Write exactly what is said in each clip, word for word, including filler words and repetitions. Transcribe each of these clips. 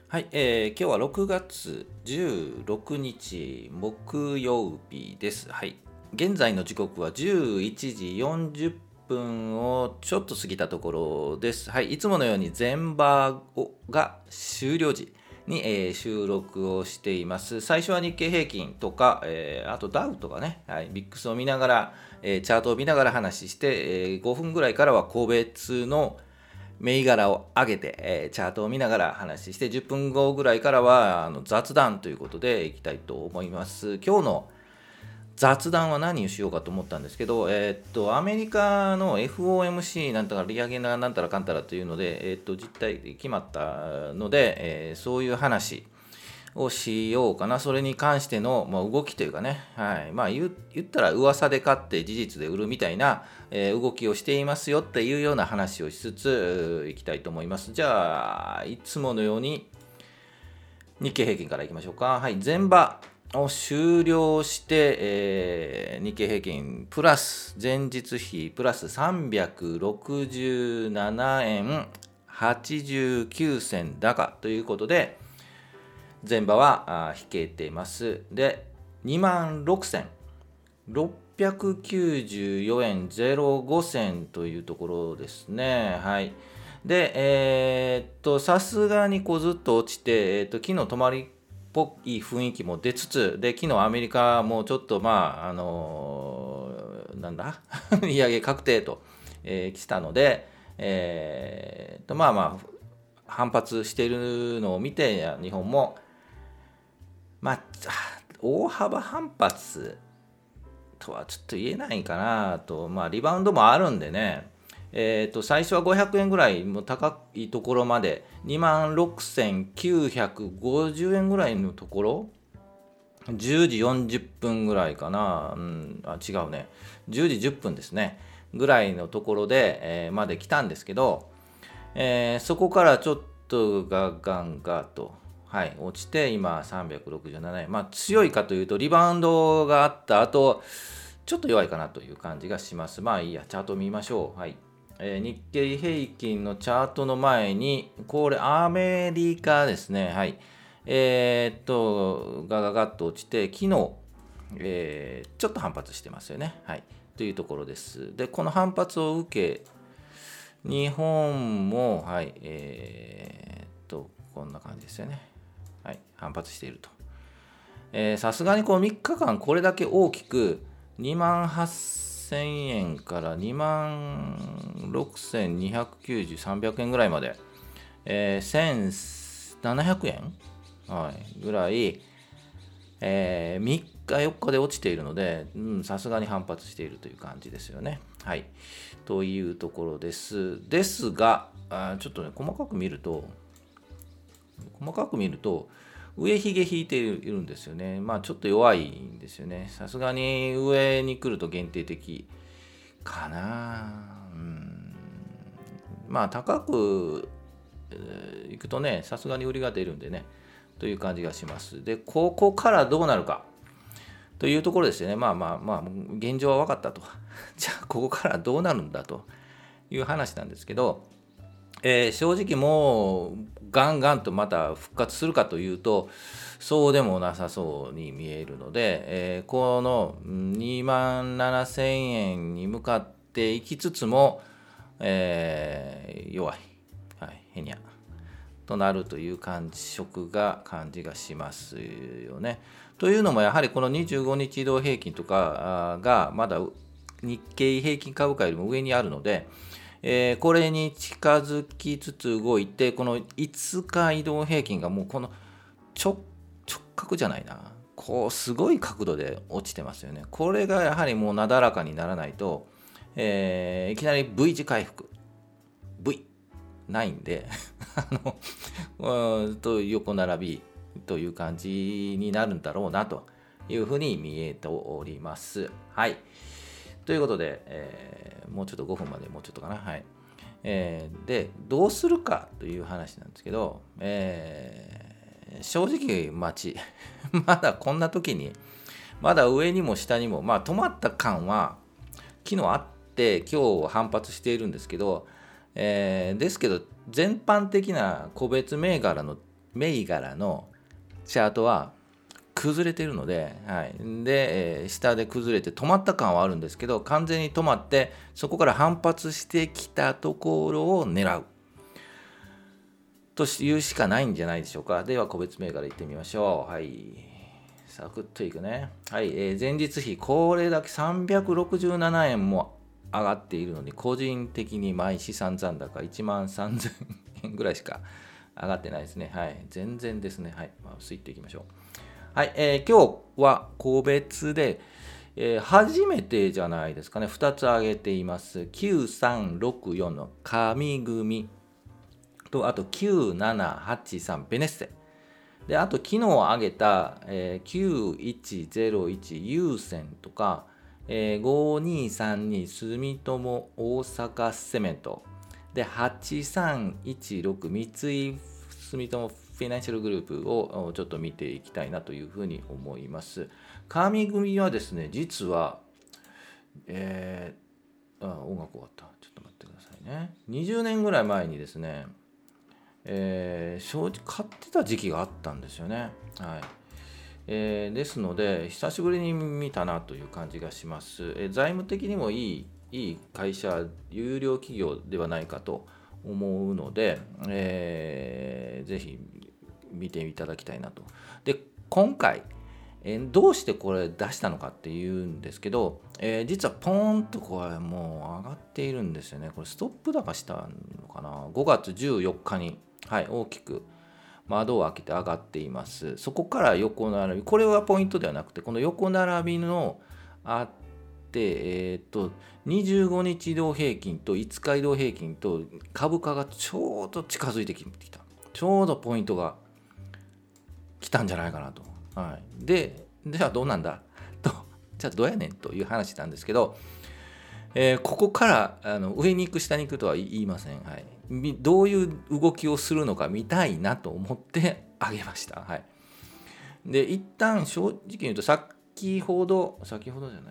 はい、えー今日はろくがつじゅうろくにち木曜日です。はい。現在の時刻はじゅういちじよんじゅっぷんをちょっと過ぎたところです。はい。いつものように前場をが終了時に、えー収録をしています。最初は日経平均とか、えーあとダウとかね、はい、ビックスを見ながら、えーチャートを見ながら話して、えーごふんぐらいからは個別の銘柄を上げて、えーチャートを見ながら話して、じゅっぷんごぐらいからはあの雑談ということでいきたいと思います。今日の雑談は何をしようかと思ったんですけど、えーっと、アメリカの エフオーエムシー なんたら利上げななんたらかんたらというので、えーっと、実態で決まったので、えーそういう話をしようかな。それに関しての、まあ、動きというかね、はい。まあ言う、言ったら噂で買って事実で売るみたいな、えー動きをしていますよっていうような話をしつつ、いきたいと思います。じゃあ、いつものように日経平均からいきましょうか。はい。前場を終了して、えー日経平均プラス、前日比プラスさんびゃくろくじゅうななえんはちじゅうきゅうせん高ということで、前場はあ引けています。で、にまんろくせんろっぴゃくきゅうじゅうよえんゼロごせんというところですね。はい。で、えーっと、さすがにこうずっと落ちて、えーっと、昨日止まりっぽい雰囲気も出つつ、で、昨日アメリカもちょっと、まあ、あのーなんだ利上げ確定と、えー来たので、えーっと、まあまあ、反発しているのを見て、日本も、まあ、大幅反発とはちょっと言えないかなと、まあ、リバウンドもあるんでね、えー、と最初はごひゃくえんぐらいも高いところまでにまんろくせんきゅうひゃくごじゅうえんぐらいのところ、じゅうじよんじゅっぷんぐらいかな、うん、あ違うね、じゅうじじゅっぷんですね、ぐらいのところで、えーまで来たんですけど、えーそこからちょっとガガンガと、はい、落ちて今さんびゃくろくじゅうななえん、まあ強いかというとリバウンドがあった後ちょっと弱いかなという感じがします。まあいいや、チャート見ましょう。はい。えー日経平均のチャートの前に、これアメリカですね。はい。えーっと、ガガガッと落ちて、昨日、えーちょっと反発してますよね。はい。というところです。で、この反発を受け、日本も、はい、えーっと、こんな感じですよね。はい、反発していると。さすがにこうみっかかんこれだけ大きくにまんはっせんえんからにまんろくせんにひゃくきゅうじゅう、さんびゃくえんぐらいまで、えーせんななひゃくえん、はい、ぐらい、えーみっかよっかで落ちているので、さすがに反発しているという感じですよね。はい。というところです。ですが、あちょっとね、細かく見ると、細かく見ると、上髭引いているんですよね。まあちょっと弱いんですよね。さすがに上に来ると限定的かな。うん、まあ高く、えーいくとね、さすがに売りが出るんでね、という感じがします。で、ここからどうなるかというところですよね。まあまあまあ、現状は分かったと。じゃあ、ここからどうなるんだという話なんですけど、えー正直もうガンガンとまた復活するかというとそうでもなさそうに見えるので、えーこのにまんななせんえんに向かっていきつつも、えー弱い、はい、へにゃとなるという感触が感じがしますよね。というのもやはりこのにじゅうごにち移動平均とかあーがまだ日経平均株価よりも上にあるので、えーこれに近づきつつ動いて、このいつか移動平均がもうこの直直角じゃないな、こうすごい角度で落ちてますよね。これがやはりもうなだらかにならないと、えーいきなり V 字回復 V ないんであのうんと横並びという感じになるんだろうなというふうに見えております。はい。ということで、えーもうちょっとごふんまでもうちょっとかな。はい。えーで、どうするかという話なんですけど、えー正直待ち。まだこんな時に、まだ上にも下にも、まあ止まった感は昨日あって、今日反発しているんですけど、えーですけど、全般的な個別銘柄の銘柄のチャートは崩れてるので、はい、で、えー、下で崩れて止まった感はあるんですけど、完全に止まってそこから反発してきたところを狙うというしかないんじゃないでしょうか。では個別銘柄いってみましょう。はい、サクッといくね。はい、えー、前日比これだけさんびゃくろくじゅうななえんも上がっているのに、個人的に毎資産残高いちまんさんぜんえんぐらいしか上がってないですね。はい、全然ですね。はい、まあ、スイッといきましょう。はい、えー、今日は個別で、えー、初めてじゃないですかね、ふたつ挙げています。きゅうさんろくよんの神組と、あときゅうななはちさんベネッセ。で、あと昨日挙げた、えー、きゅういちゼロいち優先とか、えー、ごにさんに住友大阪セメント。で、はちさんいちろく三井住友フィナンシャルグループをちょっと見ていきたいなというふうに思います。神組はですね、実は、えー、あ、音楽終わった。ちょっと待ってくださいね。にじゅうねんぐらい前にですね、えー、正直買ってた時期があったんですよね。はい。えー、ですので、久しぶりに見たなという感じがします。えー、財務的にもいい、いい会社、優良企業ではないかと思うので、えー、ぜひ見ていただきたいなと。で、今回、えー、どうしてこれ出したのかっていうんですけど、えー、実はポーンとこれもう上がっているんですよね。これストップ高したのかな。ごがつじゅうよっかに、はい、大きく窓を開けて上がっています。そこから横並び、これはポイントではなくて、この横並びのあって、えー、っと、にじゅうごにち移動平均といつか移動平均と株価がちょうど近づいてきた。ちょうどポイントが来たんじゃないかなと。はい、で、じゃあどうなんだと、じゃあどうやねんという話なんですけど、えー、ここからあの上に行く下に行くとは言いません。はい、どういう動きをするのか見たいなと思ってあげました。はい、で一旦正直言うと先ほど先ほどじゃないな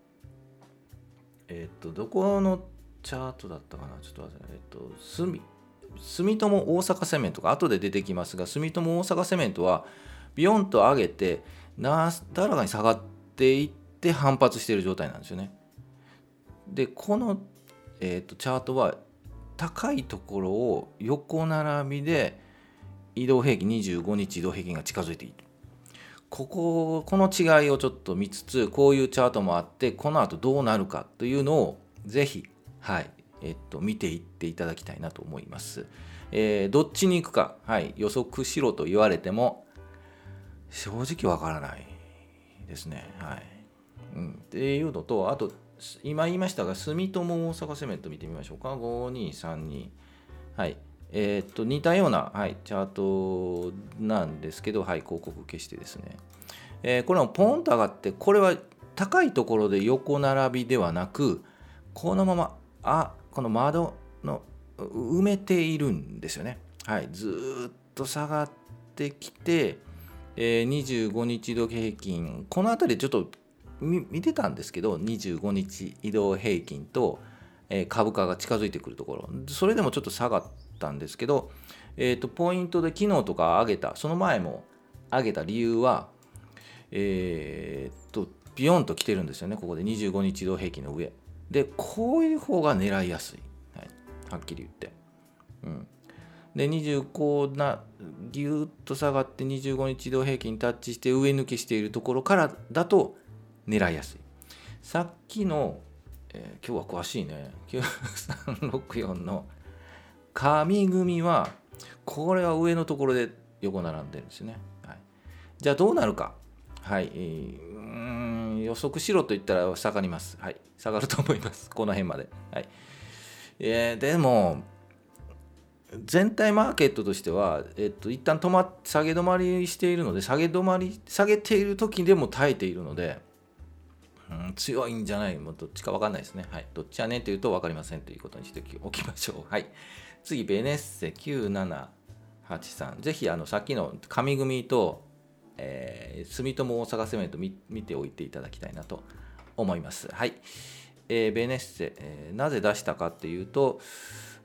えっ、ー、とどこのチャートだったかな、ちょっと忘れえっ、ー、と住住友大阪セメントが後で出てきますが、住友大阪セメントはビヨンと上げてなだらかに下がっていって反発している状態なんですよね。でこの、えーと、チャートは高いところを横並びで移動平均にじゅうごにち移動平均が近づいている。こここの違いをちょっと見つつ、こういうチャートもあってこの後どうなるかというのをぜひ、はいえっと、見ていっていただきたいなと思います。えー、どっちに行くか、はい、予測しろと言われても正直わからないですね。はいうん、っていうのと、あと今言いましたが、住友大阪セメント見てみましょうか。ごにさんに。はい。えー、っと、似たような、はい、チャートなんですけど、はい、広告消してですね。えー、これもポンと上がって、これは高いところで横並びではなく、このまま、あ、この窓の埋めているんですよね。はい。ずっと下がってきて、えー、にじゅうごにち移動平均、この辺りちょっと見てたんですけど、にじゅうごにち移動平均と、えー、株価が近づいてくるところ、それでもちょっと下がったんですけど、えーと、ポイントで昨日とか上げた、その前も上げた理由は、えーと、ビヨンと来てるんですよね。ここでにじゅうごにち移動平均の上。で、こういう方が狙いやすい。はい、はっきり言って。うん。で、にじゅうこうな、ぎゅーっと下がってにじゅうごにち移動平均タッチして上抜けしているところからだと狙いやすい。さっきの、えー、今日は詳しいね。きゅうさんろくよんの神組は、これは上のところで横並んでるんですね。はい、じゃあどうなるか。はい、えー、うーん予測しろと言ったら下がります。はい、下がると思います。この辺まで。はいえー、でも、全体マーケットとしては、えっと、一旦止まっ下げ止まりしているので、下げ止まり、下げている時でも耐えているので、うん、強いんじゃない、もうどっちか分かんないですね。はい、どっちやねんというと分かりませんということにしておきましょう。はい、次、ベネッセきゅうななはちさん。ぜひ、あのさっきの神組と、えー、住友大阪セメント見見ておいていただきたいなと思います。はい、えー、ベネッセ、えー、なぜ出したかっていうと、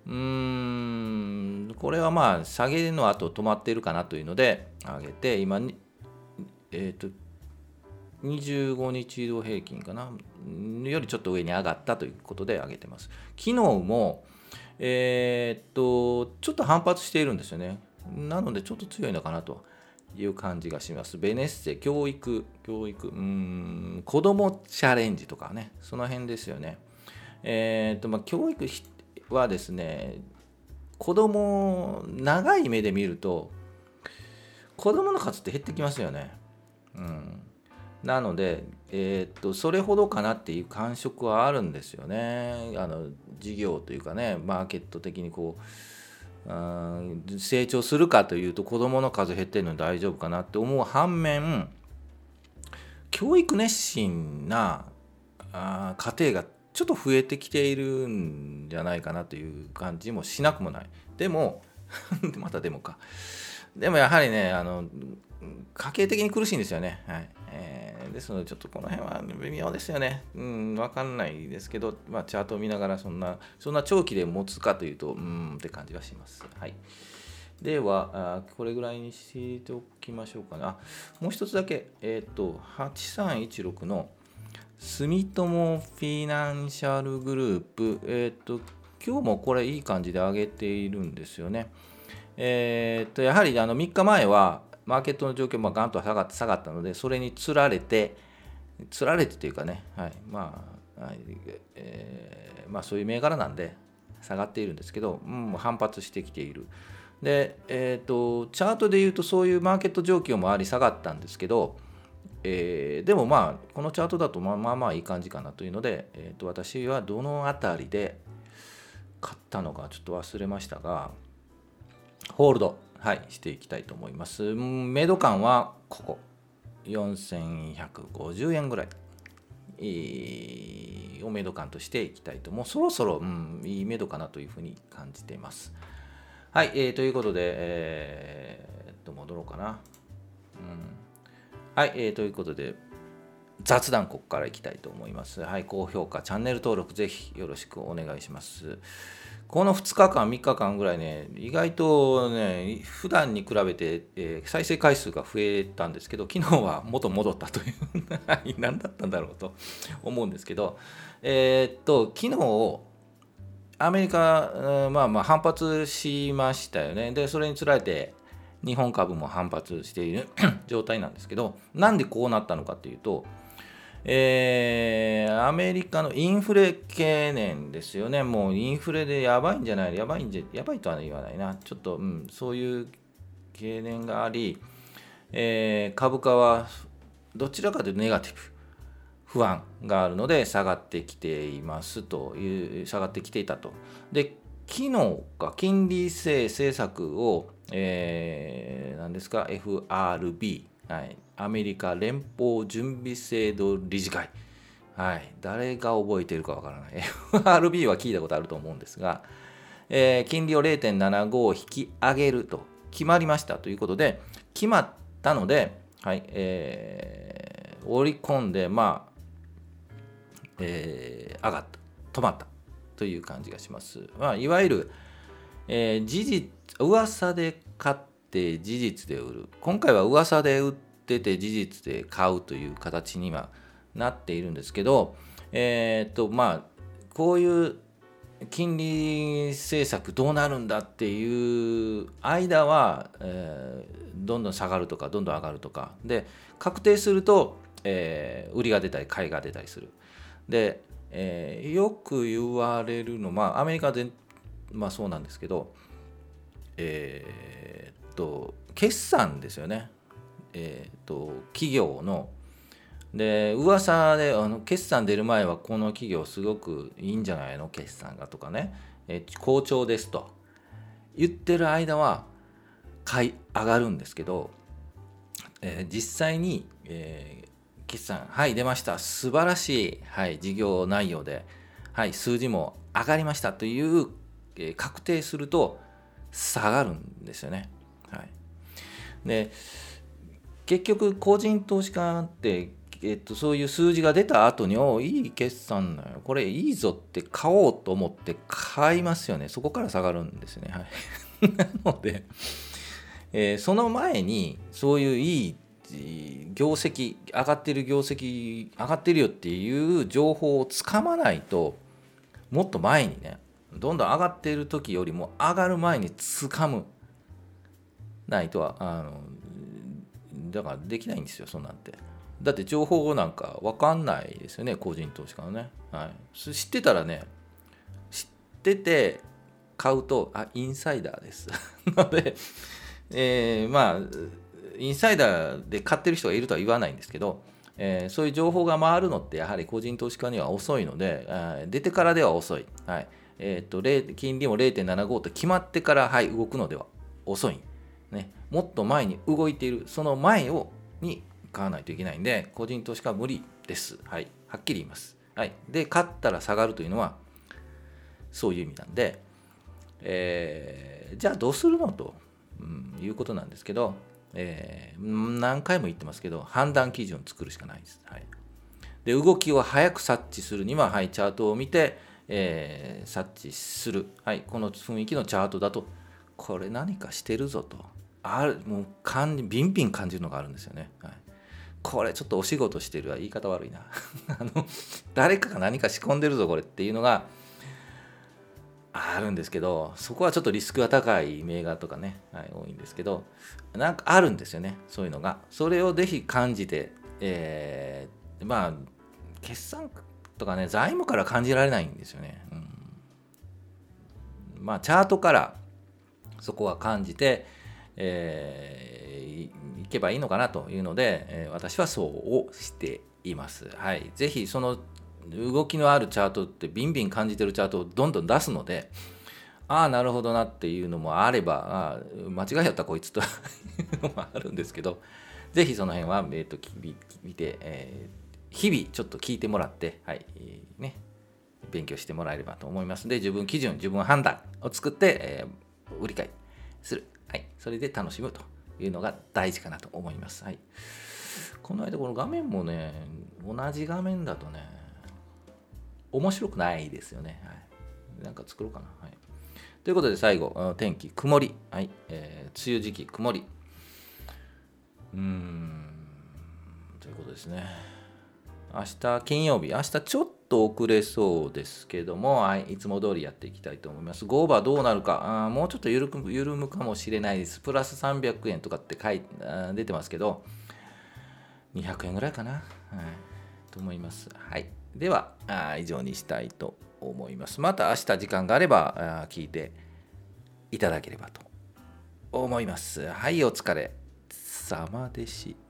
うーんこれはまあ下げの後止まっているかなというので上げて、今にえっ、とにじゅうごにち移動平均かなよりちょっと上に上がったということで上げてます。昨日もえっ、とちょっと反発しているんですよね。なのでちょっと強いのかなという感じがします。ベネッセ教育教育うーん子どもチャレンジとかね、その辺ですよね。えっ、とまあ教育はですね、子ども長い目で見ると子どもの数って減ってきますよね。うん、なので、えーっとそれほどかなっていう感触はあるんですよね。あの事業というかね、マーケット的にこう、うん、成長するかというと子どもの数減ってるのに大丈夫かなって思う反面、教育熱心なあ家庭がちょっと増えてきているんじゃないかなという感じもしなくもない。でもまたでもか。でもやはりね、あの家計的に苦しいんですよね。はいえー、ですので、ちょっとこの辺は微妙ですよね。うん、わかんないですけど、まあ、チャートを見ながらそんな、そんな長期で持つかというと、うーんって感じはします。はい。では、あこれぐらいにしておきましょうかね。あ、もう一つだけ、えっ、と、はちさんいちろくの住友フィナンシャルグループ、えっ、と、今日もこれいい感じで上げているんですよね。えっ、と、やはりあのみっかまえは、マーケットの状況もガンと下がって下がったので、それにつられて、つられてというかね、はい、まあ、はいえーまあ、そういう銘柄なんで下がっているんですけど、うん、反発してきている。で、えーと、チャートでいうとそういうマーケット状況もあり下がったんですけど、えーでもまあ、このチャートだとまあまあまあいい感じかなというので、えーと、私はどのあたりで買ったのかちょっと忘れましたが、ホールド、はい、していきたいと思います。メド感はここ、よんせんひゃくごじゅうえんぐらい、えーをメド感としていきたいと、もうそろそろ、うん、いいメドかなというふうに感じています。はい、えーということで、えー、っと、戻ろうかな。うん、はい、えーということで、雑談ここからいきたいと思います。はい、高評価、チャンネル登録、ぜひよろしくお願いします。このふつかかん、みっかかんぐらいね、意外とね、普段に比べて、えー再生回数が増えたんですけど、昨日は元戻ったという、何だったんだろうと思うんですけど、えーっと、昨日、アメリカ、うんまあまあ反発しましたよね。で、それにつられて、日本株も反発している状態なんですけど、なんでこうなったのかっていうと、えーアメリカのインフレ懸念ですよね。もうインフレでやばいんじゃないやばいんじゃ、やばいとは言わないな。ちょっと、うん、そういう懸念があり、えー株価はどちらかというとネガティブ、不安があるので下がってきていますという、下がってきていたと。で、昨日か、金利制政策を、えー、何ですか、エフアールビー、はい、アメリカ連邦準備制度理事会、はい、誰が覚えているかわからない。エフアールビー は聞いたことあると思うんですが、えー金利を れいてんななご 引き上げると決まりましたということで、決まったので、はいえー、織り込んで、まあ、えー上がった、止まったという感じがします。まあ、いわゆる、えー事実、噂で買って事実で売る。今回は噂で売ってて事実で買うという形にはなっているんですけど、えーっと、まあ、こういう金利政策どうなるんだっていう間は、えーどんどん下がるとかどんどん上がるとかで、確定すると、えー売りが出たり買いが出たりする。で、えーよく言われるのは、まあ、アメリカで、まあ、そうなんですけど、えーっと決算ですよね。えーっと企業ので噂であの決算出る前はこの企業すごくいいんじゃないの決算がとかね、えー好調ですと言ってる間は買い上がるんですけど、えー実際に、えー決算はい出ました素晴らしい、はい、事業内容で、はい、数字も上がりましたという、えー確定すると下がるんですよね。はい、で結局個人投資家ってえっと、そういう数字が出た後に、おいい決算だよ、これいいぞって買おうと思って買いますよね。そこから下がるんですよね。はい、なので、えー、その前にそういういい業績、上がってる業績、上がってるよっていう情報をつかまないと、もっと前にね、どんどん上がっている時よりも上がる前につかむないとはあのだからできないんですよ、そんなんて。だって情報なんか分かんないですよね、個人投資家はね。はい、知ってたらね、知ってて買うと、あ、インサイダーですので、えー、まあインサイダーで買ってる人がいるとは言わないんですけど、えー、そういう情報が回るのってやはり個人投資家には遅いので、えー、出てからでは遅い、はい、えー、と金利も れいてんななご と決まってから、はい、動くのでは遅い、ね、もっと前に動いているその前をに買わないといけないんで、個人投資家は無理です、はい、はっきり言います、はい、で買ったら下がるというのはそういう意味なんで、えー、じゃあどうするのと、うん、いうことなんですけど、えー、何回も言ってますけど、判断基準を作るしかないです、はい、で動きを早く察知するには、はい、チャートを見て、えー、察知する、はい、この雰囲気のチャートだとこれ何かしてるぞと、あるもう感じビンビン感じるのがあるんですよね、はい、これちょっとお仕事してるは言い方悪いなあの誰かが何か仕込んでるぞこれっていうのがあるんですけど、そこはちょっとリスクが高い銘柄とかね、はい、多いんですけど、なんかあるんですよね、そういうのが。それをぜひ感じて、えー、まあ決算とかね、財務から感じられないんですよね、うん、まあチャートからそこは感じて、えー、いけばいいのかなというので、えー、私はそうしています。はい、ぜひその動きのあるチャートってビンビン感じてるチャートをどんどん出すので、ああなるほどなっていうのもあれば、あ間違いやったこいつというのもあるんですけど、ぜひその辺は、えー、と見て、えー、日々ちょっと聞いてもらって、はいえーね、勉強してもらえればと思いますので、自分基準自分判断を作って、えー、売り買いする、はい、それで楽しむというのが大事かなと思います。はい、この間この画面もね、同じ画面だとね面白くないですよね。はい、なんか作ろうかな。はい、ということで最後、天気曇り、はいえー、梅雨時期曇り、うーんということですね。明日金曜日、明日ちょっと遅れそうですけども、はい、いつも通りやっていきたいと思います。ゴーバーどうなるか、あもうちょっと緩く緩むかもしれないです。プラスさんびゃくえんとかって書いあ出てますけど、にひゃくえんぐらいかな、はい、と思います。はい、ではあ以上にしたいと思います。また明日時間があればあ聞いていただければと思います。はい、お疲れ様でした。